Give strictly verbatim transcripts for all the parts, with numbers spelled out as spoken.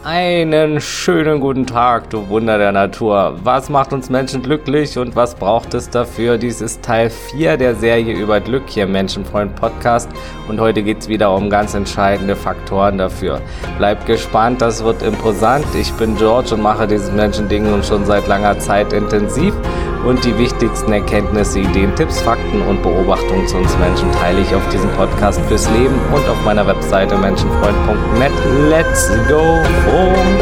Einen schönen guten Tag, du Wunder der Natur. Was macht uns Menschen glücklich und was braucht es dafür? Dies ist Teil vier der Serie über Glück hier im Menschenfreund Podcast und heute geht es wieder um ganz entscheidende Faktoren dafür. Bleibt gespannt, das wird imposant. Ich bin George und mache dieses Menschending nun schon seit langer Zeit intensiv und die wichtigsten Erkenntnisse, Ideen, Tipps, Fakten und Beobachtungen zu uns Menschen teile ich auf diesem Podcast fürs Leben und auf meiner Webseite menschenfreund punkt net. Let's go home!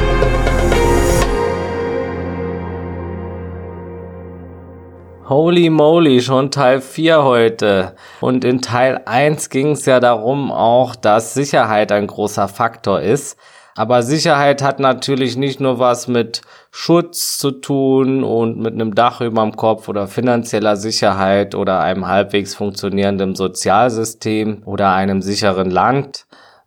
Holy moly, schon Teil vier heute. Und in Teil eins ging es ja darum auch, dass Sicherheit ein großer Faktor ist. Aber Sicherheit hat natürlich nicht nur was mit Schutz zu tun und mit einem Dach überm Kopf oder finanzieller Sicherheit oder einem halbwegs funktionierenden Sozialsystem oder einem sicheren Land,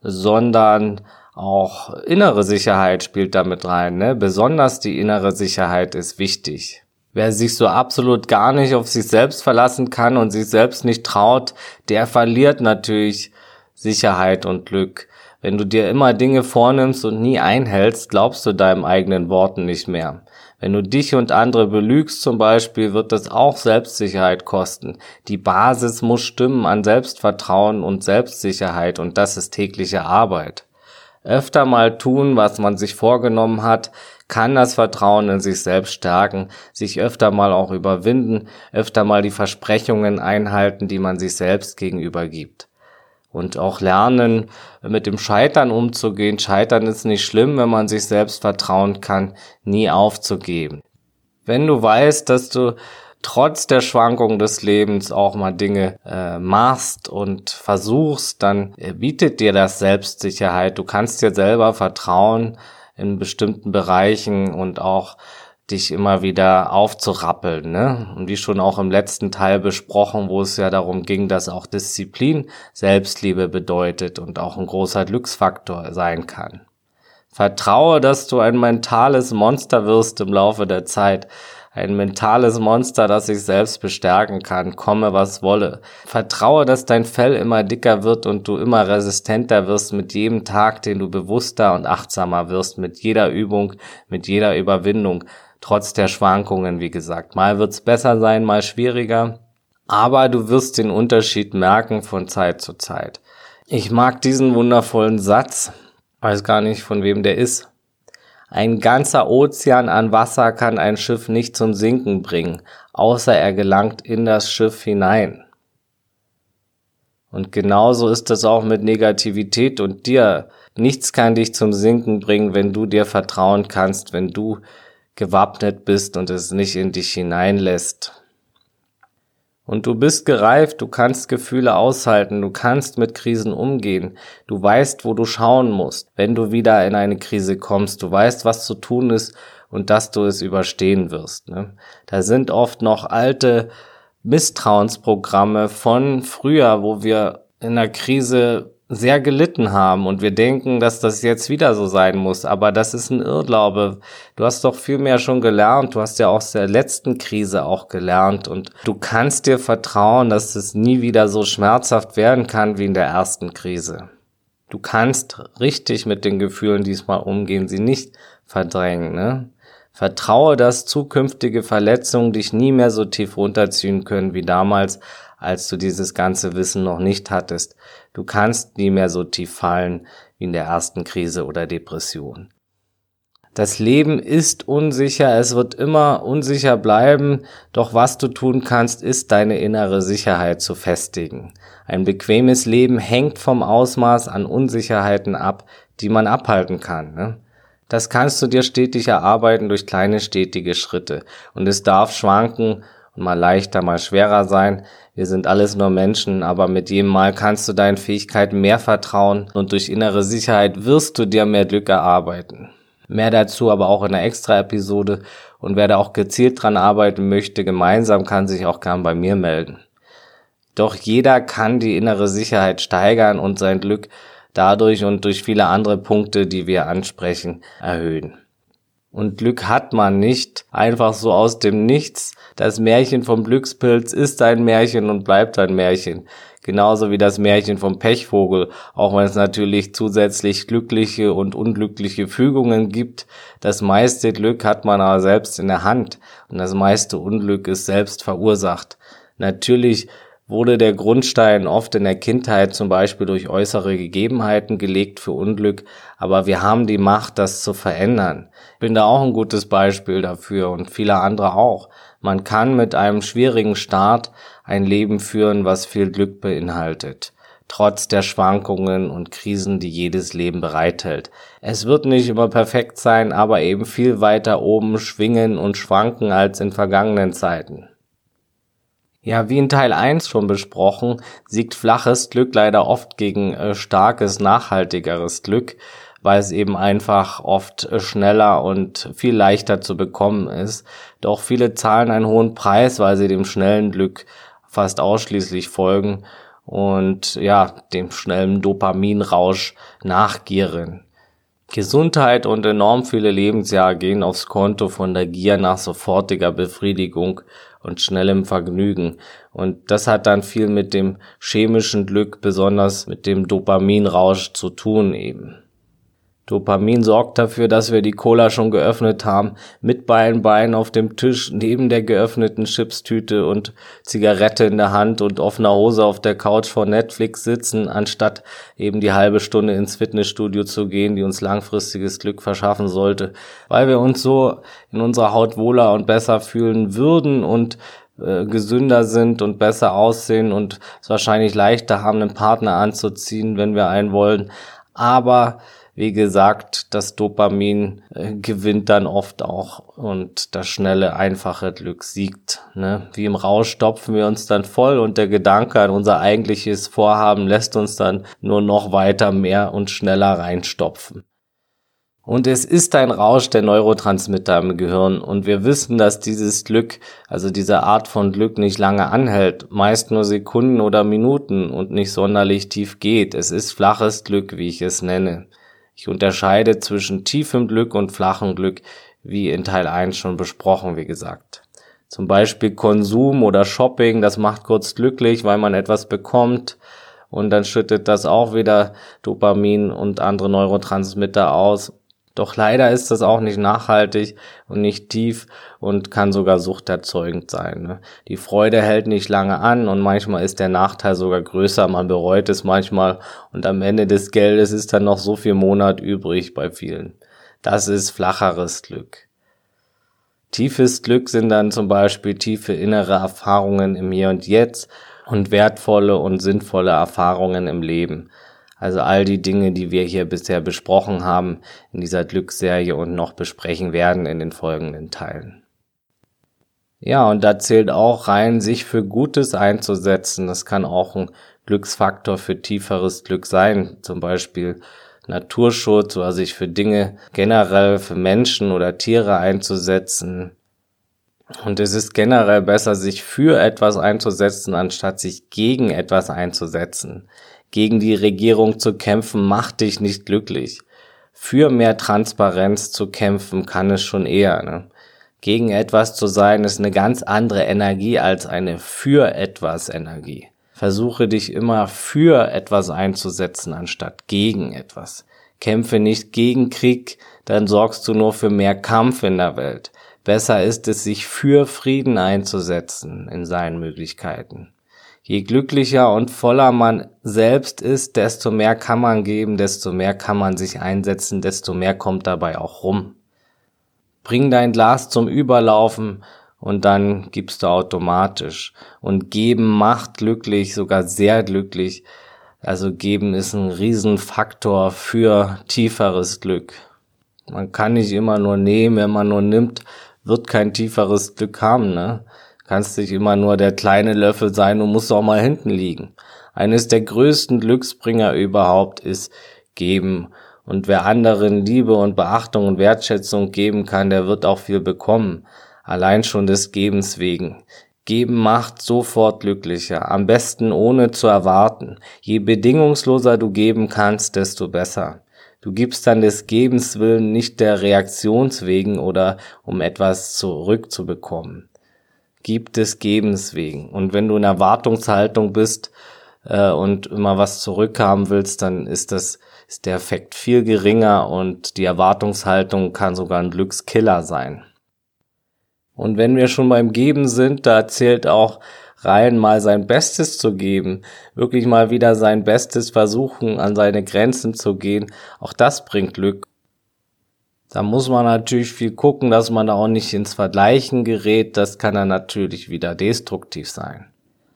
sondern auch innere Sicherheit spielt damit rein, ne? Besonders die innere Sicherheit ist wichtig. Wer sich so absolut gar nicht auf sich selbst verlassen kann und sich selbst nicht traut, der verliert natürlich Sicherheit und Glück. Wenn du dir immer Dinge vornimmst und nie einhältst, glaubst du deinen eigenen Worten nicht mehr. Wenn du dich und andere belügst zum Beispiel, wird das auch Selbstsicherheit kosten. Die Basis muss stimmen an Selbstvertrauen und Selbstsicherheit und das ist tägliche Arbeit. Öfter mal tun, was man sich vorgenommen hat, kann das Vertrauen in sich selbst stärken, sich öfter mal auch überwinden, öfter mal die Versprechungen einhalten, die man sich selbst gegenüber gibt. Und auch lernen, mit dem Scheitern umzugehen. Scheitern ist nicht schlimm, wenn man sich selbst vertrauen kann, nie aufzugeben. Wenn du weißt, dass du trotz der Schwankungen des Lebens auch mal Dinge äh, machst und versuchst, dann äh, bietet dir das Selbstsicherheit. Du kannst dir selber vertrauen in bestimmten Bereichen und auch dich immer wieder aufzurappeln, ne? Und wie schon auch im letzten Teil besprochen, wo es ja darum ging, dass auch Disziplin Selbstliebe bedeutet und auch ein großer Glücksfaktor sein kann. Vertraue, dass du ein mentales Monster wirst im Laufe der Zeit. Ein mentales Monster, das sich selbst bestärken kann, komme was wolle. Vertraue, dass dein Fell immer dicker wird und du immer resistenter wirst mit jedem Tag, den du bewusster und achtsamer wirst, mit jeder Übung, mit jeder Überwindung. Trotz der Schwankungen, wie gesagt. Mal wird's besser sein, mal schwieriger. Aber du wirst den Unterschied merken von Zeit zu Zeit. Ich mag diesen wundervollen Satz. Weiß gar nicht, von wem der ist. Ein ganzer Ozean an Wasser kann ein Schiff nicht zum Sinken bringen, außer er gelangt in das Schiff hinein. Und genauso ist es auch mit Negativität und dir. Nichts kann dich zum Sinken bringen, wenn du dir vertrauen kannst, wenn du gewappnet bist und es nicht in dich hineinlässt. Und du bist gereift, du kannst Gefühle aushalten, du kannst mit Krisen umgehen, du weißt, wo du schauen musst, wenn du wieder in eine Krise kommst, du weißt, was zu tun ist und dass du es überstehen wirst, ne? Da sind oft noch alte Misstrauensprogramme von früher, wo wir in der Krise sehr gelitten haben und wir denken, dass das jetzt wieder so sein muss, aber das ist ein Irrglaube. Du hast doch viel mehr schon gelernt, du hast ja aus der letzten Krise auch gelernt und du kannst dir vertrauen, dass es nie wieder so schmerzhaft werden kann wie in der ersten Krise. Du kannst richtig mit den Gefühlen diesmal umgehen, sie nicht verdrängen, ne? Vertraue, dass zukünftige Verletzungen dich nie mehr so tief runterziehen können wie damals, als du dieses ganze Wissen noch nicht hattest. Du kannst nie mehr so tief fallen wie in der ersten Krise oder Depression. Das Leben ist unsicher, es wird immer unsicher bleiben, doch was du tun kannst, ist deine innere Sicherheit zu festigen. Ein bequemes Leben hängt vom Ausmaß an Unsicherheiten ab, die man abhalten kann, ne? Das kannst du dir stetig erarbeiten durch kleine stetige Schritte und es darf schwanken und mal leichter, mal schwerer sein. Wir sind alles nur Menschen, aber mit jedem Mal kannst du deinen Fähigkeiten mehr vertrauen und durch innere Sicherheit wirst du dir mehr Glück erarbeiten. Mehr dazu aber auch in einer Extra-Episode und wer da auch gezielt dran arbeiten möchte, gemeinsam kann sich auch gern bei mir melden. Doch jeder kann die innere Sicherheit steigern und sein Glück dadurch und durch viele andere Punkte, die wir ansprechen, erhöhen. Und Glück hat man nicht einfach so aus dem Nichts. Das Märchen vom Glückspilz ist ein Märchen und bleibt ein Märchen. genauso wie das Märchen vom Pechvogel, auch wenn es natürlich zusätzlich glückliche und unglückliche Fügungen gibt. Das meiste Glück hat man aber selbst in der Hand und das meiste Unglück ist selbst verursacht. Natürlich wurde der Grundstein oft in der Kindheit zum Beispiel durch äußere Gegebenheiten gelegt für Unglück, aber wir haben die Macht, das zu verändern. Ich bin da auch ein gutes Beispiel dafür und viele andere auch. Man kann mit einem schwierigen Start ein Leben führen, was viel Glück beinhaltet, trotz der Schwankungen und Krisen, die jedes Leben bereithält. Es wird nicht immer perfekt sein, aber eben viel weiter oben schwingen und schwanken als in vergangenen Zeiten. Ja, wie in Teil eins schon besprochen, siegt flaches Glück leider oft gegen äh, starkes, nachhaltigeres Glück, weil es eben einfach oft äh, schneller und viel leichter zu bekommen ist. Doch viele zahlen einen hohen Preis, weil sie dem schnellen Glück fast ausschließlich folgen und ja, dem schnellen Dopaminrausch nachgieren. Gesundheit und enorm viele Lebensjahre gehen aufs Konto von der Gier nach sofortiger Befriedigung und schnellem Vergnügen. Und das hat dann viel mit dem chemischen Glück, besonders mit dem Dopaminrausch zu tun eben. Dopamin sorgt dafür, dass wir die Cola schon geöffnet haben, mit beiden Beinen auf dem Tisch, neben der geöffneten Chipstüte und Zigarette in der Hand und offener Hose auf der Couch vor Netflix sitzen, anstatt eben die halbe Stunde ins Fitnessstudio zu gehen, die uns langfristiges Glück verschaffen sollte, weil wir uns so in unserer Haut wohler und besser fühlen würden und äh, gesünder sind und besser aussehen und es wahrscheinlich leichter haben, einen Partner anzuziehen, wenn wir einen wollen. Aber wie gesagt, das Dopamin äh, gewinnt dann oft auch und das schnelle, einfache Glück siegt. Ne? Wie im Rausch stopfen wir uns dann voll und der Gedanke an unser eigentliches Vorhaben lässt uns dann nur noch weiter mehr und schneller reinstopfen. Und es ist ein Rausch der Neurotransmitter im Gehirn und wir wissen, dass dieses Glück, also diese Art von Glück nicht lange anhält, meist nur Sekunden oder Minuten und nicht sonderlich tief geht. Es ist flaches Glück, wie ich es nenne. Ich unterscheide zwischen tiefem Glück und flachem Glück, wie in Teil eins schon besprochen, wie gesagt. Zum Beispiel Konsum oder Shopping, das macht kurz glücklich, weil man etwas bekommt und dann schüttet das auch wieder Dopamin und andere Neurotransmitter aus. Doch leider ist das auch nicht nachhaltig und nicht tief und kann sogar suchterzeugend sein. Ne? Die Freude hält nicht lange an und manchmal ist der Nachteil sogar größer. Man bereut es manchmal und am Ende des Geldes ist dann noch so viel Monat übrig bei vielen. Das ist flacheres Glück. Tiefes Glück sind dann zum Beispiel tiefe innere Erfahrungen im Hier und Jetzt und wertvolle und sinnvolle Erfahrungen im Leben. Also all die Dinge, die wir hier bisher besprochen haben in dieser Glücksserie und noch besprechen werden in den folgenden Teilen. Ja, und da zählt auch rein, sich für Gutes einzusetzen. Das kann auch ein Glücksfaktor für tieferes Glück sein. Zum Beispiel Naturschutz oder sich für Dinge generell, für Menschen oder Tiere einzusetzen. Und es ist generell besser, sich für etwas einzusetzen, anstatt sich gegen etwas einzusetzen. Gegen die Regierung zu kämpfen, macht dich nicht glücklich. Für mehr Transparenz zu kämpfen, kann es schon eher. Ne? Gegen etwas zu sein, ist eine ganz andere Energie als eine für etwas Energie. Versuche dich immer für etwas einzusetzen, anstatt gegen etwas. Kämpfe nicht gegen Krieg, dann sorgst du nur für mehr Kampf in der Welt. Besser ist es, sich für Frieden einzusetzen in seinen Möglichkeiten. Je glücklicher und voller man selbst ist, desto mehr kann man geben, desto mehr kann man sich einsetzen, desto mehr kommt dabei auch rum. Bring dein Glas zum Überlaufen und dann gibst du automatisch. Und geben macht glücklich, sogar sehr glücklich. Also geben ist ein Riesenfaktor für tieferes Glück. Man kann nicht immer nur nehmen, wenn man nur nimmt, wird kein tieferes Glück haben, ne? Kannst nicht immer nur der kleine Löffel sein und musst auch mal hinten liegen. Eines der größten Glücksbringer überhaupt ist geben. Und wer anderen Liebe und Beachtung und Wertschätzung geben kann, der wird auch viel bekommen. Allein schon des Gebens wegen. Geben macht sofort glücklicher, am besten ohne zu erwarten. Je bedingungsloser du geben kannst, desto besser. Du gibst dann des Gebens willen, nicht der Reaktions wegen oder um etwas zurückzubekommen. Gib des Gebens wegen. Und wenn du in Erwartungshaltung bist, äh, und immer was zurückhaben willst, dann ist das ist der Effekt viel geringer und die Erwartungshaltung kann sogar ein Glückskiller sein. Und wenn wir schon beim Geben sind, da zählt auch rein, mal sein Bestes zu geben, wirklich mal wieder sein Bestes versuchen, an seine Grenzen zu gehen. Auch das bringt Glück. Da muss man natürlich viel gucken, dass man da auch nicht ins Vergleichen gerät. Das kann dann natürlich wieder destruktiv sein.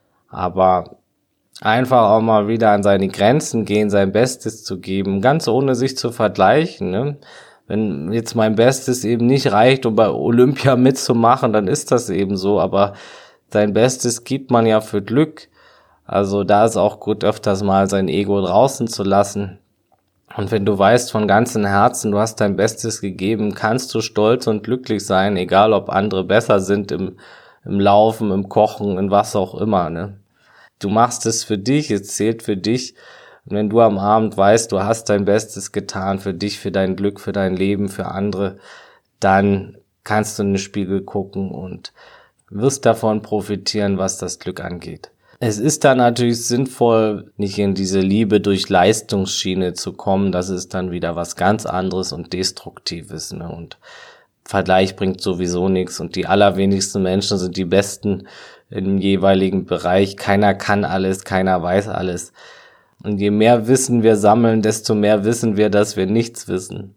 Aber einfach auch mal wieder an seine Grenzen gehen, sein Bestes zu geben, ganz ohne sich zu vergleichen, ne? Wenn jetzt mein Bestes eben nicht reicht, um bei Olympia mitzumachen, dann ist das eben so, aber sein Bestes gibt man ja für Glück. Also da ist auch gut, öfters mal sein Ego draußen zu lassen. Und wenn du weißt von ganzem Herzen, du hast dein Bestes gegeben, kannst du stolz und glücklich sein, egal ob andere besser sind im, im Laufen, im Kochen, in was auch immer, ne? Du machst es für dich, es zählt für dich. Und wenn du am Abend weißt, du hast dein Bestes getan für dich, für dein Glück, für dein Leben, für andere, dann kannst du in den Spiegel gucken und wirst davon profitieren, was das Glück angeht. Es ist dann natürlich sinnvoll, nicht in diese Liebe durch Leistungsschiene zu kommen. Das ist dann wieder was ganz anderes und Destruktives, ne? Und Vergleich bringt sowieso nichts. Und die allerwenigsten Menschen sind die Besten im jeweiligen Bereich. Keiner kann alles, keiner weiß alles. Und je mehr Wissen wir sammeln, desto mehr wissen wir, dass wir nichts wissen.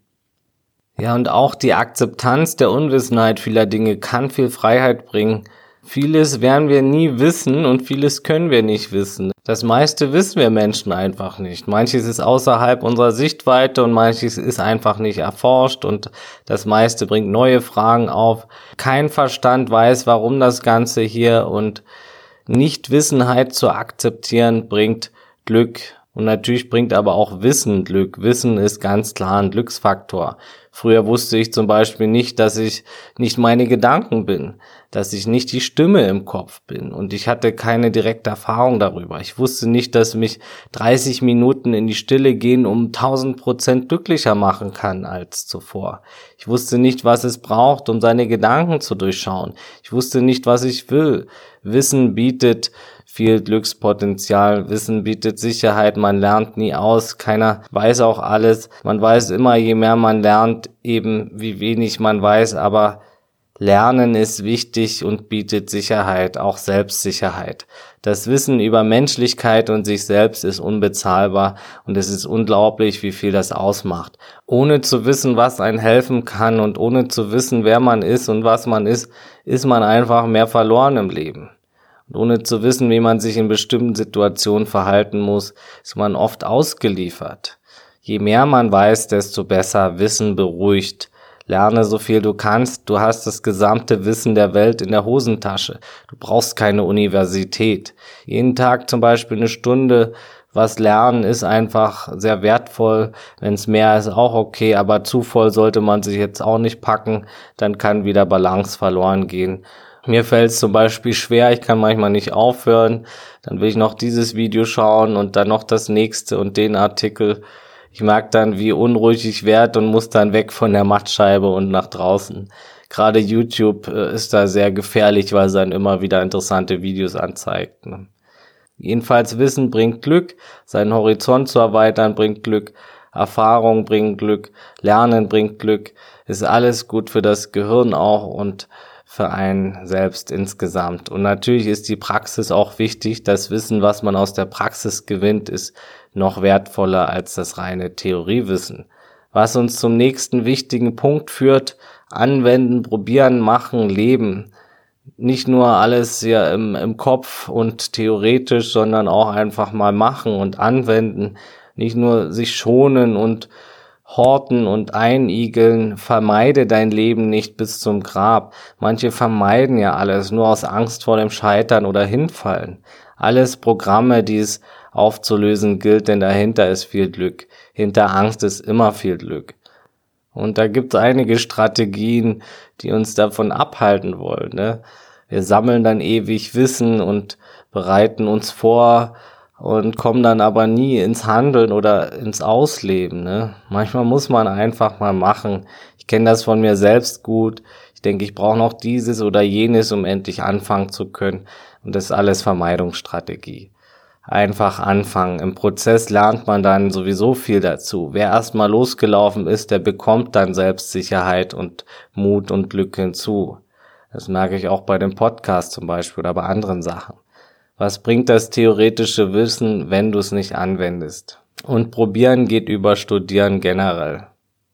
Ja, und auch die Akzeptanz der Unwissenheit vieler Dinge kann viel Freiheit bringen. Vieles werden wir nie wissen und vieles können wir nicht wissen. Das meiste wissen wir Menschen einfach nicht. Manches ist außerhalb unserer Sichtweite und manches ist einfach nicht erforscht und das meiste bringt neue Fragen auf. Kein Verstand weiß, warum das Ganze hier, und Nichtwissenheit zu akzeptieren bringt Glück. Und natürlich bringt aber auch Wissen Glück. Wissen ist ganz klar ein Glücksfaktor. Früher wusste ich zum Beispiel nicht, dass ich nicht meine Gedanken bin, dass ich nicht die Stimme im Kopf bin, und ich hatte keine direkte Erfahrung darüber. Ich wusste nicht, dass mich dreißig Minuten in die Stille gehen um tausend Prozent glücklicher machen kann als zuvor. Ich wusste nicht, was es braucht, um seine Gedanken zu durchschauen. Ich wusste nicht, was ich will. Wissen bietet viel Glückspotenzial, Wissen bietet Sicherheit, man lernt nie aus, keiner weiß auch alles. Man weiß immer, je mehr man lernt, eben wie wenig man weiß, aber Lernen ist wichtig und bietet Sicherheit, auch Selbstsicherheit. Das Wissen über Menschlichkeit und sich selbst ist unbezahlbar und es ist unglaublich, wie viel das ausmacht. Ohne zu wissen, was einem helfen kann und ohne zu wissen, wer man ist und was man ist, ist man einfach mehr verloren im Leben. Und ohne zu wissen, wie man sich in bestimmten Situationen verhalten muss, ist man oft ausgeliefert. Je mehr man weiß, desto besser. Wissen beruhigt. Lerne so viel du kannst. Du hast das gesamte Wissen der Welt in der Hosentasche. Du brauchst keine Universität. Jeden Tag zum Beispiel eine Stunde was lernen ist einfach sehr wertvoll. Wenn es mehr ist, auch okay. Aber zu voll sollte man sich jetzt auch nicht packen. Dann kann wieder Balance verloren gehen. Mir fällt es zum Beispiel schwer, ich kann manchmal nicht aufhören, dann will ich noch dieses Video schauen und dann noch das nächste und den Artikel. Ich merke dann, wie unruhig ich werde und muss dann weg von der Mattscheibe und nach draußen. Gerade YouTube äh, ist da sehr gefährlich, weil es dann immer wieder interessante Videos anzeigt, ne? Jedenfalls Wissen bringt Glück, seinen Horizont zu erweitern bringt Glück, Erfahrung bringt Glück, Lernen bringt Glück, ist alles gut für das Gehirn auch und für einen selbst insgesamt. Und natürlich ist die Praxis auch wichtig. Das Wissen, was man aus der Praxis gewinnt, ist noch wertvoller als das reine Theoriewissen. Was uns zum nächsten wichtigen Punkt führt: anwenden, probieren, machen, leben. Nicht nur alles ja im, im Kopf und theoretisch, sondern auch einfach mal machen und anwenden. Nicht nur sich schonen und horten und einigeln. Vermeide dein Leben nicht bis zum Grab. Manche vermeiden ja alles nur aus Angst vor dem Scheitern oder Hinfallen. Alles Programme, die es aufzulösen gilt, denn dahinter ist viel Glück. Hinter Angst ist immer viel Glück. Und da gibt es einige Strategien, die uns davon abhalten wollen, ne? Wir sammeln dann ewig Wissen und bereiten uns vor und kommen dann aber nie ins Handeln oder ins Ausleben, ne? Manchmal muss man einfach mal machen. Ich kenne das von mir selbst gut. Ich denke, ich brauche noch dieses oder jenes, um endlich anfangen zu können. Und das ist alles Vermeidungsstrategie. einfach anfangen. Im Prozess lernt man dann sowieso viel dazu. Wer erstmal losgelaufen ist, der bekommt dann Selbstsicherheit und Mut und Glück hinzu. Das merke ich auch bei dem Podcast zum Beispiel oder bei anderen Sachen. Was bringt das theoretische Wissen, wenn du es nicht anwendest? Und probieren geht über Studieren generell.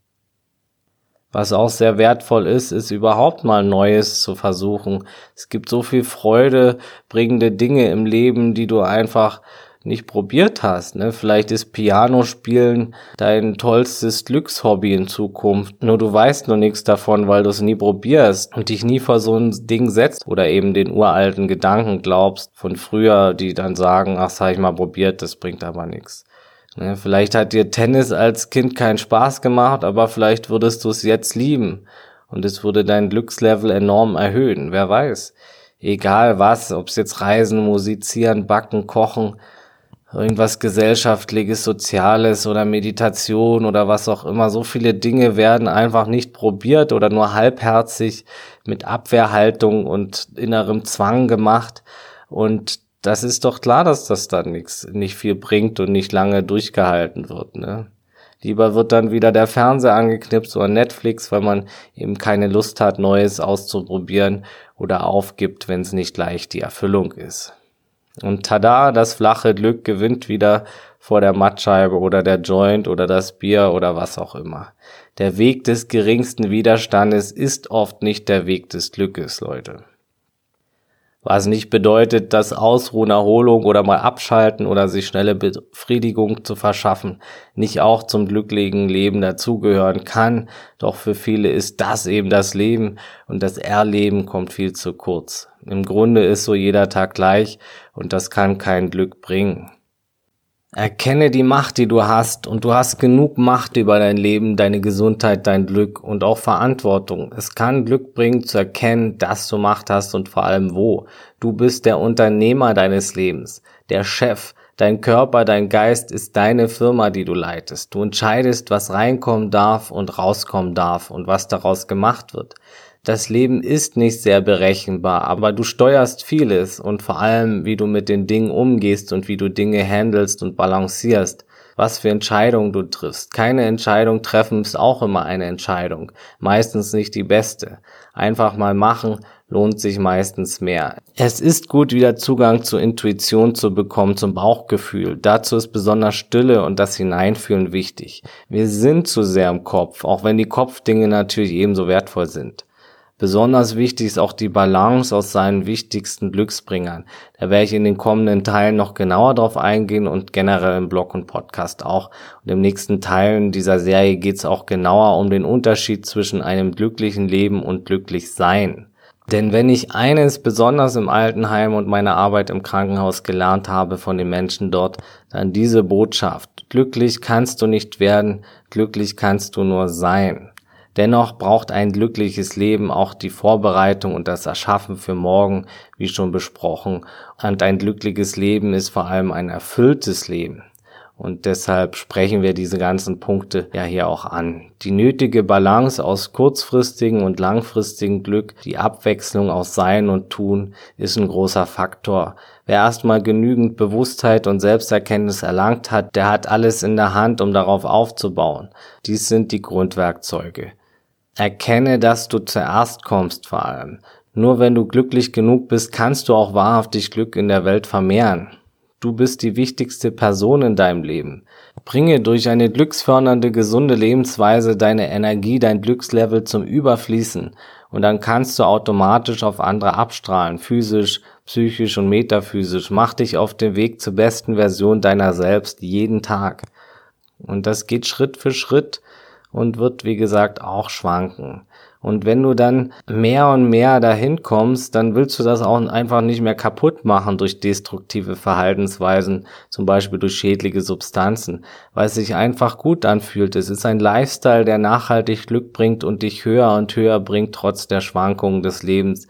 Was auch sehr wertvoll ist, ist überhaupt mal Neues zu versuchen. Es gibt so viel freudebringende Dinge im Leben, die du einfach nicht probiert hast. Ne? Vielleicht ist Pianospielen dein tollstes Glückshobby in Zukunft. Nur du weißt noch nichts davon, weil du es nie probierst und dich nie vor so ein Ding setzt oder eben den uralten Gedanken glaubst von früher, die dann sagen, ach, das habe ich mal probiert, das bringt aber nichts. Ne? Vielleicht hat dir Tennis als Kind keinen Spaß gemacht, aber vielleicht würdest du es jetzt lieben und es würde dein Glückslevel enorm erhöhen. Wer weiß. Egal was, ob es jetzt Reisen, Musizieren, Backen, Kochen, irgendwas Gesellschaftliches, Soziales oder Meditation oder was auch immer. So viele Dinge werden einfach nicht probiert oder nur halbherzig mit Abwehrhaltung und innerem Zwang gemacht. Und das ist doch klar, dass das dann nichts, nicht viel bringt und nicht lange durchgehalten wird, ne? Lieber wird dann wieder der Fernseher angeknipst oder Netflix, weil man eben keine Lust hat, Neues auszuprobieren oder aufgibt, wenn es nicht gleich die Erfüllung ist. Und tada, das flache Glück gewinnt wieder vor der Mattscheibe oder der Joint oder das Bier oder was auch immer. Der Weg des geringsten Widerstandes ist oft nicht der Weg des Glückes, Leute. Was nicht bedeutet, dass Ausruhen, Erholung oder mal abschalten oder sich schnelle Befriedigung zu verschaffen nicht auch zum glücklichen Leben dazugehören kann. Doch für viele ist das eben das Leben und das Erleben kommt viel zu kurz. Im Grunde ist so jeder Tag gleich und das kann kein Glück bringen. Erkenne die Macht, die du hast, und du hast genug Macht über dein Leben, deine Gesundheit, dein Glück und auch Verantwortung. Es kann Glück bringen, zu erkennen, dass du Macht hast und vor allem wo. Du bist der Unternehmer deines Lebens, der Chef. Dein Körper, dein Geist ist deine Firma, die du leitest. Du entscheidest, was reinkommen darf und rauskommen darf und was daraus gemacht wird. Das Leben ist nicht sehr berechenbar, aber du steuerst vieles und vor allem, wie du mit den Dingen umgehst und wie du Dinge handelst und balancierst, was für Entscheidungen du triffst. Keine Entscheidung treffen ist auch immer eine Entscheidung, meistens nicht die beste. Einfach mal machen lohnt sich meistens mehr. Es ist gut, wieder Zugang zur Intuition zu bekommen, zum Bauchgefühl. Dazu ist besonders Stille und das Hineinfühlen wichtig. Wir sind zu sehr im Kopf, auch wenn die Kopfdinge natürlich ebenso wertvoll sind. Besonders wichtig ist auch die Balance aus seinen wichtigsten Glücksbringern. Da werde ich in den kommenden Teilen noch genauer drauf eingehen und generell im Blog und Podcast auch. Und im nächsten Teil dieser Serie geht es auch genauer um den Unterschied zwischen einem glücklichen Leben und glücklich sein. Denn wenn ich eines besonders im Altenheim und meiner Arbeit im Krankenhaus gelernt habe von den Menschen dort, dann diese Botschaft: Glücklich kannst du nicht werden, glücklich kannst du nur sein. Dennoch braucht ein glückliches Leben auch die Vorbereitung und das Erschaffen für morgen, wie schon besprochen. Und ein glückliches Leben ist vor allem ein erfülltes Leben. Und deshalb sprechen wir diese ganzen Punkte ja hier auch an. Die nötige Balance aus kurzfristigem und langfristigem Glück, die Abwechslung aus Sein und Tun, ist ein großer Faktor. Wer erstmal genügend Bewusstheit und Selbsterkenntnis erlangt hat, der hat alles in der Hand, um darauf aufzubauen. Dies sind die Grundwerkzeuge. Erkenne, dass du zuerst kommst vor allem. Nur wenn du glücklich genug bist, kannst du auch wahrhaftig Glück in der Welt vermehren. Du bist die wichtigste Person in deinem Leben. Bringe durch eine glücksfördernde, gesunde Lebensweise deine Energie, dein Glückslevel zum Überfließen und dann kannst du automatisch auf andere abstrahlen, physisch, psychisch und metaphysisch. Mach dich auf den Weg zur besten Version deiner selbst jeden Tag. Und das geht Schritt für Schritt und wird, wie gesagt, auch schwanken. Und wenn du dann mehr und mehr dahin kommst, dann willst du das auch einfach nicht mehr kaputt machen durch destruktive Verhaltensweisen, zum Beispiel durch schädliche Substanzen, weil es sich einfach gut anfühlt. Es ist ein Lifestyle, der nachhaltig Glück bringt und dich höher und höher bringt, trotz der Schwankungen des Lebens.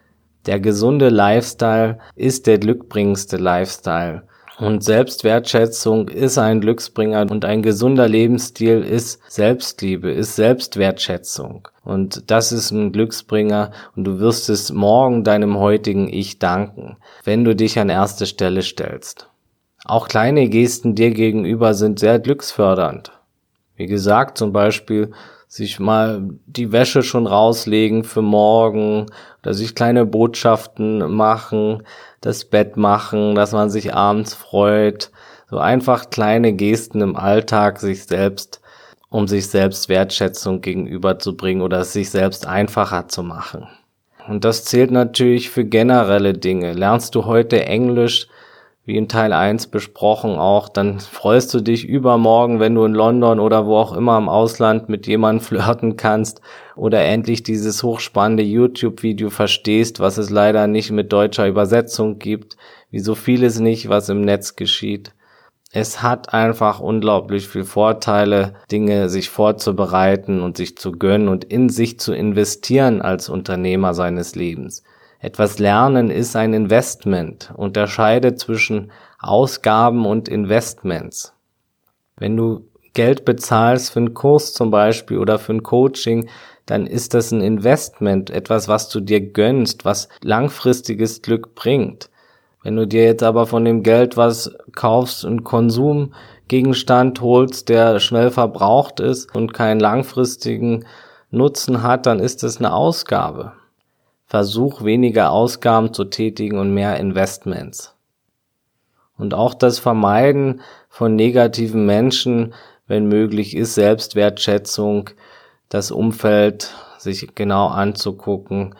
Der gesunde Lifestyle ist der glückbringendste Lifestyle. Und Selbstwertschätzung ist ein Glücksbringer und ein gesunder Lebensstil ist Selbstliebe, ist Selbstwertschätzung. Und das ist ein Glücksbringer und du wirst es morgen deinem heutigen Ich danken, wenn du dich an erste Stelle stellst. Auch kleine Gesten dir gegenüber sind sehr glücksfördernd. Wie gesagt, zum Beispiel sich mal die Wäsche schon rauslegen für morgen oder sich kleine Botschaften machen, das Bett machen, dass man sich abends freut. So einfach kleine Gesten im Alltag sich selbst, um sich selbst Wertschätzung gegenüberzubringen oder es sich selbst einfacher zu machen. Und das zählt natürlich für generelle Dinge. Lernst du heute Englisch, wie in Teil eins besprochen auch, dann freust du dich übermorgen, wenn du in London oder wo auch immer im Ausland mit jemandem flirten kannst oder endlich dieses hochspannende YouTube-Video verstehst, was es leider nicht mit deutscher Übersetzung gibt, wie so vieles nicht, was im Netz geschieht. Es hat einfach unglaublich viel Vorteile, Dinge sich vorzubereiten und sich zu gönnen und in sich zu investieren als Unternehmer seines Lebens. Etwas lernen ist ein Investment. Unterscheide zwischen Ausgaben und Investments. Wenn du Geld bezahlst für einen Kurs zum Beispiel oder für ein Coaching, dann ist das ein Investment, etwas, was du dir gönnst, was langfristiges Glück bringt. Wenn du dir jetzt aber von dem Geld was kaufst, einen Konsumgegenstand holst, der schnell verbraucht ist und keinen langfristigen Nutzen hat, dann ist das eine Ausgabe. Versuch, weniger Ausgaben zu tätigen und mehr Investments. Und auch das Vermeiden von negativen Menschen, wenn möglich ist, Selbstwertschätzung, das Umfeld sich genau anzugucken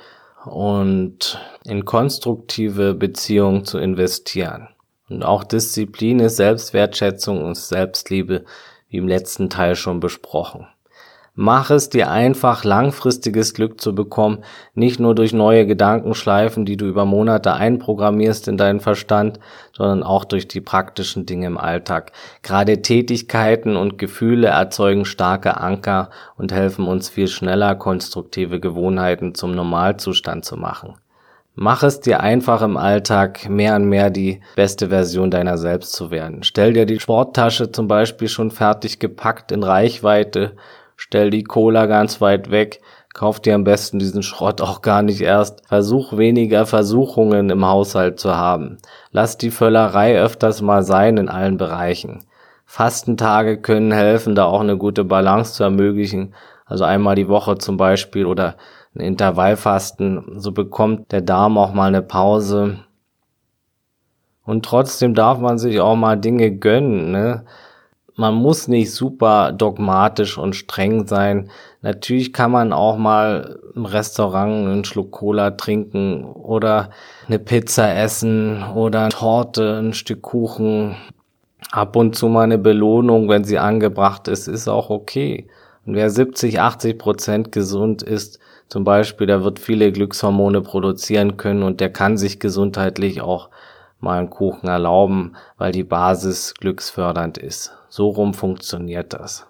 und in konstruktive Beziehungen zu investieren. Und auch Disziplin ist Selbstwertschätzung und Selbstliebe, wie im letzten Teil schon besprochen. Mach es dir einfach, langfristiges Glück zu bekommen, nicht nur durch neue Gedankenschleifen, die du über Monate einprogrammierst in deinen Verstand, sondern auch durch die praktischen Dinge im Alltag. Gerade Tätigkeiten und Gefühle erzeugen starke Anker und helfen uns viel schneller, konstruktive Gewohnheiten zum Normalzustand zu machen. Mach es dir einfach im Alltag, mehr und mehr die beste Version deiner selbst zu werden. Stell dir die Sporttasche zum Beispiel schon fertig gepackt in Reichweite. Stell die Cola ganz weit weg, kauf dir am besten diesen Schrott auch gar nicht erst. Versuch weniger Versuchungen im Haushalt zu haben. Lass die Völlerei öfters mal sein in allen Bereichen. Fastentage können helfen, da auch eine gute Balance zu ermöglichen. Also einmal die Woche zum Beispiel oder ein Intervallfasten. So bekommt der Darm auch mal eine Pause. Und trotzdem darf man sich auch mal Dinge gönnen, ne? Man muss nicht super dogmatisch und streng sein. Natürlich kann man auch mal im Restaurant einen Schluck Cola trinken oder eine Pizza essen oder eine Torte, ein Stück Kuchen. Ab und zu mal eine Belohnung, wenn sie angebracht ist, ist auch okay. Und wer siebzig, achtzig Prozent gesund ist, zum Beispiel, der wird viele Glückshormone produzieren können und der kann sich gesundheitlich auch mal einen Kuchen erlauben, weil die Basis glücksfördernd ist. So rum funktioniert das.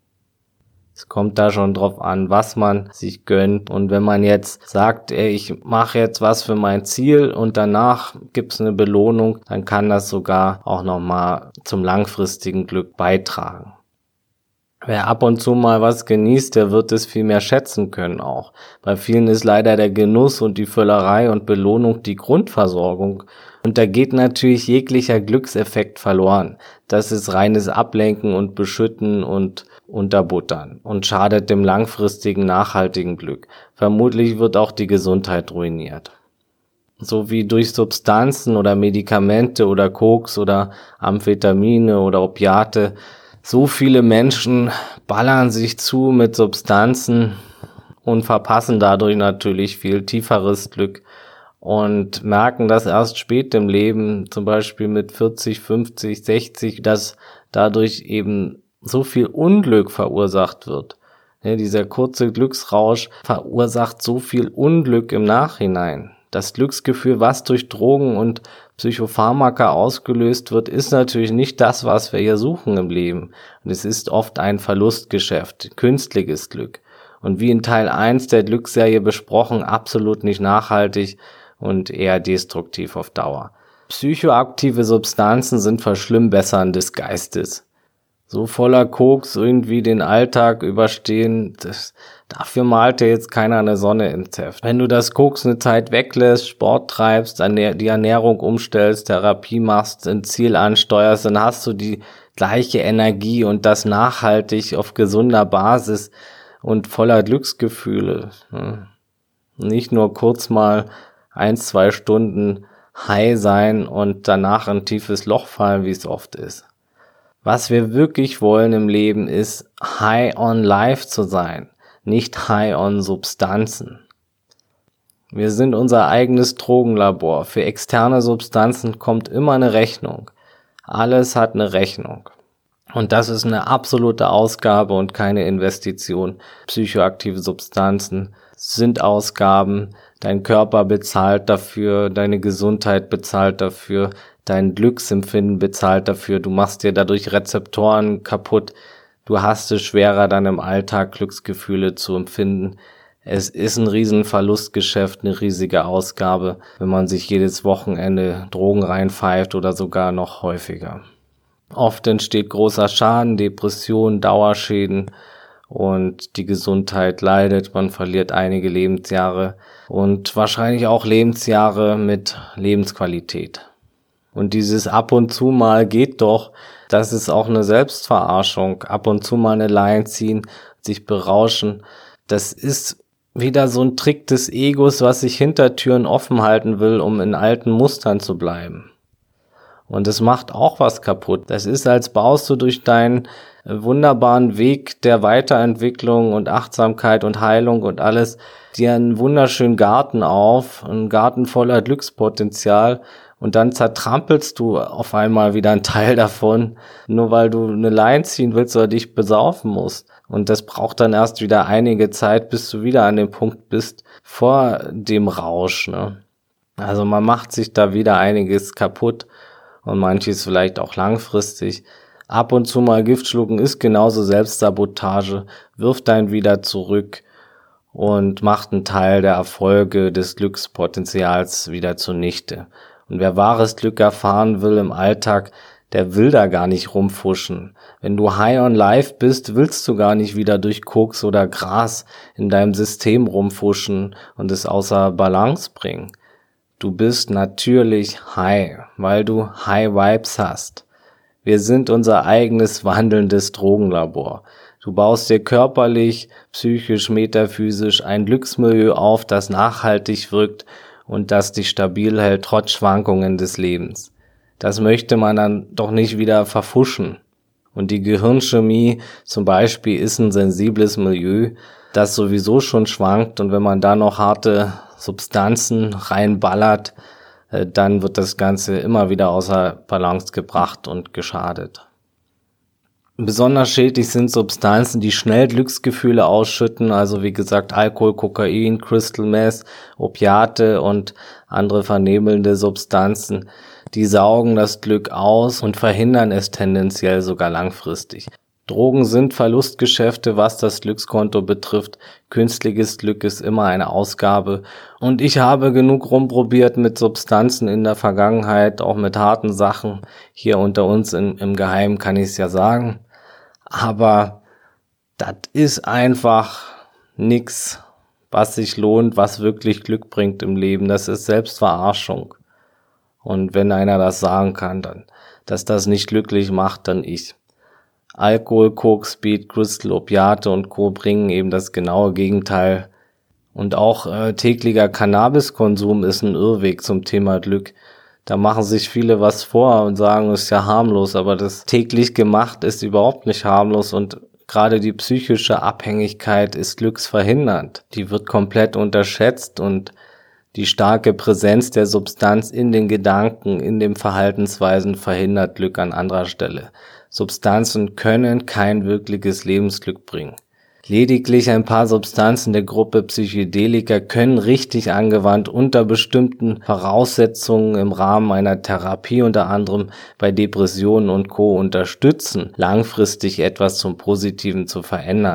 Es kommt da schon drauf an, was man sich gönnt. Und wenn man jetzt sagt, ey, ich mache jetzt was für mein Ziel und danach gibt's eine Belohnung, dann kann das sogar auch nochmal zum langfristigen Glück beitragen. Wer ab und zu mal was genießt, der wird es viel mehr schätzen können auch. Bei vielen ist leider der Genuss und die Völlerei und Belohnung die Grundversorgung. Und da geht natürlich jeglicher Glückseffekt verloren. Das ist reines Ablenken und Beschütten und Unterbuttern und schadet dem langfristigen, nachhaltigen Glück. Vermutlich wird auch die Gesundheit ruiniert. So wie durch Substanzen oder Medikamente oder Koks oder Amphetamine oder Opiate. So viele Menschen ballern sich zu mit Substanzen und verpassen dadurch natürlich viel tieferes Glück und merken das erst spät im Leben, zum Beispiel mit vierzig, fünfzig, sechzig, dass dadurch eben so viel Unglück verursacht wird. Ja, dieser kurze Glücksrausch verursacht so viel Unglück im Nachhinein. Das Glücksgefühl, was durch Drogen und Psychopharmaka ausgelöst wird, ist natürlich nicht das, was wir hier suchen im Leben. Und es ist oft ein Verlustgeschäft, künstliches Glück. Und wie in Teil eins der Glücksserie besprochen, absolut nicht nachhaltig und eher destruktiv auf Dauer. Psychoaktive Substanzen sind Verschlimmbessern des Geistes. so voller Koks irgendwie den Alltag überstehen, das, dafür malt dir jetzt keiner eine Sonne ins Heft. Wenn du das Koks eine Zeit weglässt, Sport treibst, die Ernährung umstellst, Therapie machst, ein Ziel ansteuerst, dann hast du die gleiche Energie und das nachhaltig auf gesunder Basis und voller Glücksgefühle. Nicht nur kurz mal ein, zwei Stunden high sein und danach ein tiefes Loch fallen, wie es oft ist. Was wir wirklich wollen im Leben ist, high on life zu sein, nicht high on Substanzen. Wir sind unser eigenes Drogenlabor. Für externe Substanzen kommt immer eine Rechnung. Alles hat eine Rechnung. Und das ist eine absolute Ausgabe und keine Investition. Psychoaktive Substanzen sind Ausgaben. Dein Körper bezahlt dafür, deine Gesundheit bezahlt dafür, dein Glücksempfinden bezahlt dafür. Du machst dir dadurch Rezeptoren kaputt. Du hast es schwerer, dann im Alltag Glücksgefühle zu empfinden. Es ist ein riesen Verlustgeschäft, eine riesige Ausgabe, wenn man sich jedes Wochenende Drogen reinpfeift oder sogar noch häufiger. Oft entsteht großer Schaden, Depressionen, Dauerschäden und die Gesundheit leidet. Man verliert einige Lebensjahre und wahrscheinlich auch Lebensjahre mit Lebensqualität. Und dieses ab und zu mal geht doch, das ist auch eine Selbstverarschung. Ab und zu mal eine Line ziehen, sich berauschen. Das ist wieder so ein Trick des Egos, was sich Hintertüren offen halten will, um in alten Mustern zu bleiben. Und es macht auch was kaputt. Das ist, als baust du durch deinen wunderbaren Weg der Weiterentwicklung und Achtsamkeit und Heilung und alles dir einen wunderschönen Garten auf, einen Garten voller Glückspotenzial, und dann zertrampelst du auf einmal wieder einen Teil davon, nur weil du eine Line ziehen willst oder dich besaufen musst. Und das braucht dann erst wieder einige Zeit, bis du wieder an dem Punkt bist vor dem Rausch, ne? Also man macht sich da wieder einiges kaputt und manches vielleicht auch langfristig. Ab und zu mal Gift schlucken ist genauso Selbstsabotage, wirft einen wieder zurück und macht einen Teil der Erfolge des Glückspotenzials wieder zunichte. Und wer wahres Glück erfahren will im Alltag, der will da gar nicht rumfuschen. Wenn du high on life bist, willst du gar nicht wieder durch Koks oder Gras in deinem System rumfuschen und es außer Balance bringen. Du bist natürlich high, weil du High Vibes hast. Wir sind unser eigenes wandelndes Drogenlabor. Du baust dir körperlich, psychisch, metaphysisch ein Glücksmilieu auf, das nachhaltig wirkt und das dich stabil hält, trotz Schwankungen des Lebens. Das möchte man dann doch nicht wieder verfuschen. Und die Gehirnchemie zum Beispiel ist ein sensibles Milieu, das sowieso schon schwankt, und wenn man da noch harte Substanzen reinballert, dann wird das Ganze immer wieder außer Balance gebracht und geschadet. Besonders schädlich sind Substanzen, die schnell Glücksgefühle ausschütten, also wie gesagt Alkohol, Kokain, Crystal Meth, Opiate und andere vernebelnde Substanzen. Die saugen das Glück aus und verhindern es tendenziell sogar langfristig. Drogen sind Verlustgeschäfte, was das Glückskonto betrifft. Künstliches Glück ist immer eine Ausgabe. Und ich habe genug rumprobiert mit Substanzen in der Vergangenheit, auch mit harten Sachen. Hier unter uns in, im Geheimen kann ich es ja sagen. Aber das ist einfach nix, was sich lohnt, was wirklich Glück bringt im Leben. Das ist Selbstverarschung. Und wenn einer das sagen kann, dann, dass das nicht glücklich macht, dann ich. Alkohol, Koks, Speed, Crystal, Opiate und Co. bringen eben das genaue Gegenteil. Und auch äh, täglicher Cannabiskonsum ist ein Irrweg zum Thema Glück. Da machen sich viele was vor und sagen, es ist ja harmlos, aber das täglich gemacht ist überhaupt nicht harmlos, und gerade die psychische Abhängigkeit ist glücksverhindernd. Die wird komplett unterschätzt, und die starke Präsenz der Substanz in den Gedanken, in den Verhaltensweisen verhindert Glück an anderer Stelle. Substanzen können kein wirkliches Lebensglück bringen. Lediglich ein paar Substanzen der Gruppe Psychedelika können richtig angewandt unter bestimmten Voraussetzungen im Rahmen einer Therapie unter anderem bei Depressionen und Co. unterstützen, langfristig etwas zum Positiven zu verändern.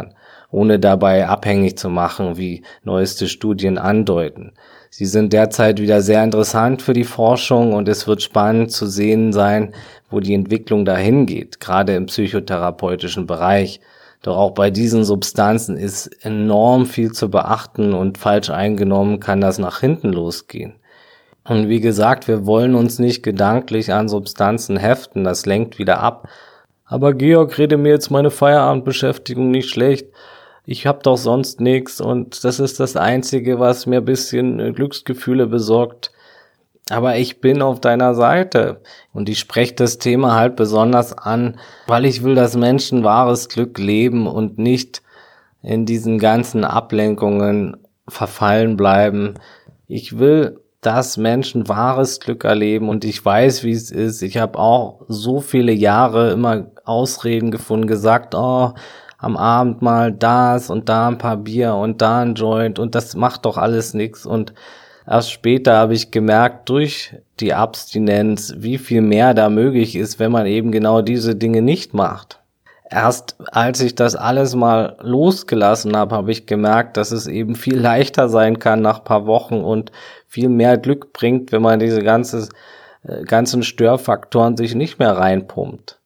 ohne dabei abhängig zu machen, wie neueste Studien andeuten. Sie sind derzeit wieder sehr interessant für die Forschung und es wird spannend zu sehen sein, wo die Entwicklung dahin geht, gerade im psychotherapeutischen Bereich. Doch auch bei diesen Substanzen ist enorm viel zu beachten und falsch eingenommen kann das nach hinten losgehen. Und wie gesagt, wir wollen uns nicht gedanklich an Substanzen heften, das lenkt wieder ab. Aber Georg, rede mir jetzt meine Feierabendbeschäftigung nicht schlecht. Ich hab doch sonst nichts und das ist das Einzige, was mir ein bisschen Glücksgefühle besorgt. Aber ich bin auf deiner Seite und ich spreche das Thema halt besonders an, weil ich will, dass Menschen wahres Glück leben und nicht in diesen ganzen Ablenkungen verfallen bleiben. Ich will, dass Menschen wahres Glück erleben und ich weiß, wie es ist. Ich habe auch so viele Jahre immer Ausreden gefunden, gesagt, oh, am Abend mal das und da ein paar Bier und da ein Joint und das macht doch alles nichts. Und erst später habe ich gemerkt, durch die Abstinenz, wie viel mehr da möglich ist, wenn man eben genau diese Dinge nicht macht. Erst als ich das alles mal losgelassen habe, habe ich gemerkt, dass es eben viel leichter sein kann nach ein paar Wochen und viel mehr Glück bringt, wenn man diese ganze, ganzen Störfaktoren sich nicht mehr reinpumpt.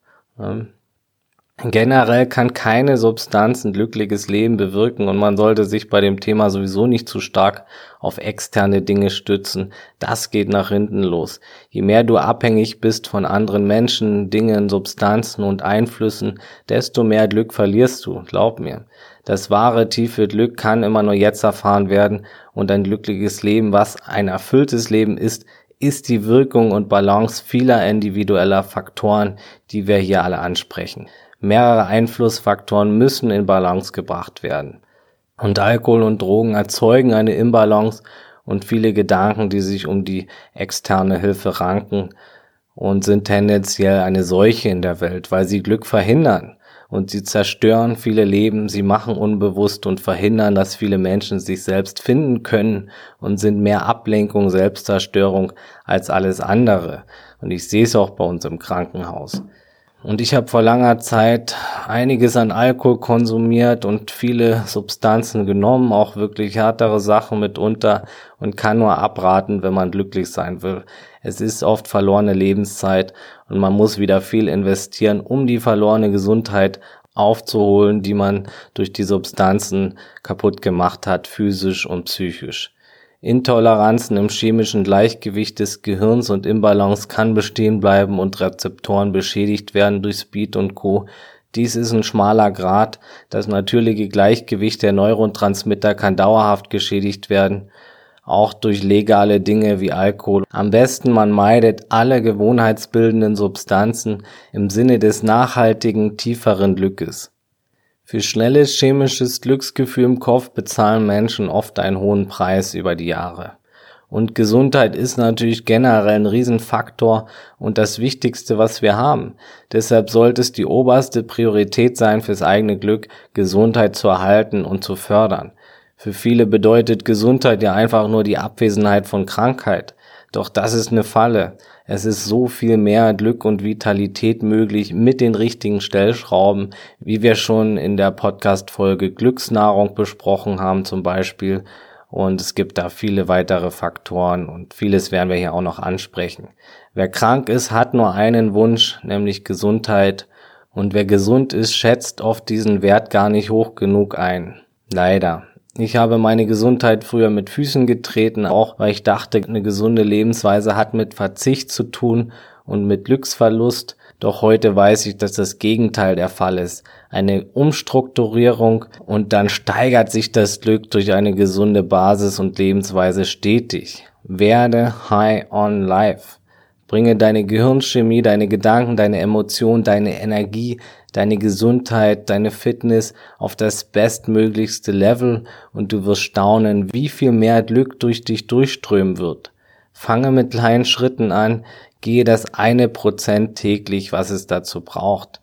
Generell kann keine Substanz ein glückliches Leben bewirken und man sollte sich bei dem Thema sowieso nicht zu stark auf externe Dinge stützen. Das geht nach hinten los. Je mehr du abhängig bist von anderen Menschen, Dingen, Substanzen und Einflüssen, desto mehr Glück verlierst du, glaub mir. Das wahre, tiefe Glück kann immer nur jetzt erfahren werden und ein glückliches Leben, was ein erfülltes Leben ist, ist die Wirkung und Balance vieler individueller Faktoren, die wir hier alle ansprechen. Mehrere Einflussfaktoren müssen in Balance gebracht werden. Und Alkohol und Drogen erzeugen eine Imbalance und viele Gedanken, die sich um die externe Hilfe ranken und sind tendenziell eine Seuche in der Welt, weil sie Glück verhindern und sie zerstören viele Leben, sie machen unbewusst und verhindern, dass viele Menschen sich selbst finden können und sind mehr Ablenkung, Selbstzerstörung als alles andere. Und ich sehe es auch bei uns im Krankenhaus. Und ich habe vor langer Zeit einiges an Alkohol konsumiert und viele Substanzen genommen, auch wirklich härtere Sachen mitunter und kann nur abraten, wenn man glücklich sein will. Es ist oft verlorene Lebenszeit und man muss wieder viel investieren, um die verlorene Gesundheit aufzuholen, die man durch die Substanzen kaputt gemacht hat, physisch und psychisch. Intoleranzen im chemischen Gleichgewicht des Gehirns und Imbalance kann bestehen bleiben und Rezeptoren beschädigt werden durch Speed und Co. Dies ist ein schmaler Grat. Das natürliche Gleichgewicht der Neurotransmitter kann dauerhaft geschädigt werden, auch durch legale Dinge wie Alkohol. Am besten man meidet alle gewohnheitsbildenden Substanzen im Sinne des nachhaltigen, tieferen Glückes. Für schnelles chemisches Glücksgefühl im Kopf bezahlen Menschen oft einen hohen Preis über die Jahre. Und Gesundheit ist natürlich generell ein Riesenfaktor und das Wichtigste, was wir haben. Deshalb sollte es die oberste Priorität sein, fürs eigene Glück Gesundheit zu erhalten und zu fördern. Für viele bedeutet Gesundheit ja einfach nur die Abwesenheit von Krankheit. Doch das ist eine Falle. Es ist so viel mehr Glück und Vitalität möglich mit den richtigen Stellschrauben, wie wir schon in der Podcast-Folge Glücksnahrung besprochen haben zum Beispiel. Und es gibt da viele weitere Faktoren und vieles werden wir hier auch noch ansprechen. Wer krank ist, hat nur einen Wunsch, nämlich Gesundheit. Und wer gesund ist, schätzt oft diesen Wert gar nicht hoch genug ein. Leider. Ich habe meine Gesundheit früher mit Füßen getreten, auch weil ich dachte, eine gesunde Lebensweise hat mit Verzicht zu tun und mit Glücksverlust. Doch heute weiß ich, dass das Gegenteil der Fall ist. Eine Umstrukturierung und dann steigert sich das Glück durch eine gesunde Basis und Lebensweise stetig. Werde high on life. Bringe deine Gehirnchemie, deine Gedanken, deine Emotionen, deine Energie, deine Gesundheit, deine Fitness auf das bestmöglichste Level und du wirst staunen, wie viel mehr Glück durch dich durchströmen wird. Fange mit kleinen Schritten an, gehe das eine Prozent täglich, was es dazu braucht.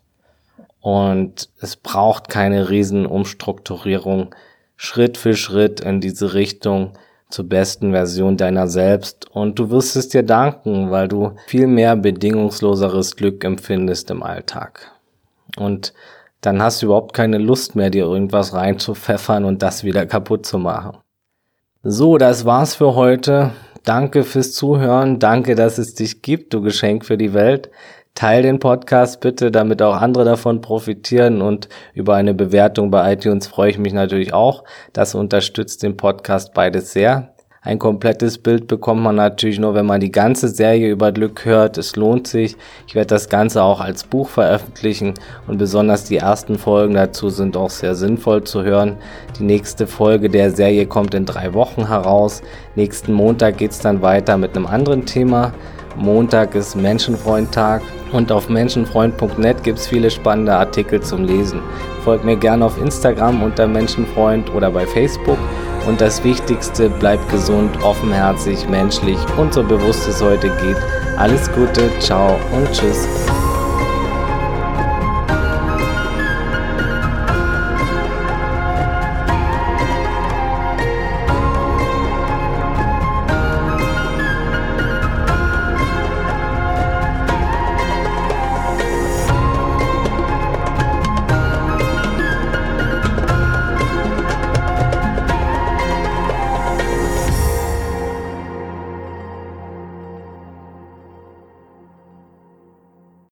Und es braucht keine riesen Umstrukturierung, Schritt für Schritt in diese Richtung zur besten Version deiner selbst und du wirst es dir danken, weil du viel mehr bedingungsloseres Glück empfindest im Alltag. Und dann hast du überhaupt keine Lust mehr, dir irgendwas reinzupfeffern und das wieder kaputt zu machen. So, das war's für heute. Danke fürs Zuhören. Danke, dass es dich gibt, du Geschenk für die Welt. Teil den Podcast bitte, damit auch andere davon profitieren, und über eine Bewertung bei iTunes freue ich mich natürlich auch. Das unterstützt den Podcast beides sehr. Ein komplettes Bild bekommt man natürlich nur, wenn man die ganze Serie über Glück hört. Es lohnt sich. Ich werde das Ganze auch als Buch veröffentlichen und besonders die ersten Folgen dazu sind auch sehr sinnvoll zu hören. Die nächste Folge der Serie kommt in drei Wochen heraus. Nächsten Montag geht's dann weiter mit einem anderen Thema. Montag ist Menschenfreund-Tag und auf menschenfreund punkt net gibt's viele spannende Artikel zum Lesen. Folgt mir gerne auf Instagram unter Menschenfreund oder bei Facebook. Und das Wichtigste, bleibt gesund, offenherzig, menschlich und so bewusst es heute geht. Alles Gute, ciao und tschüss.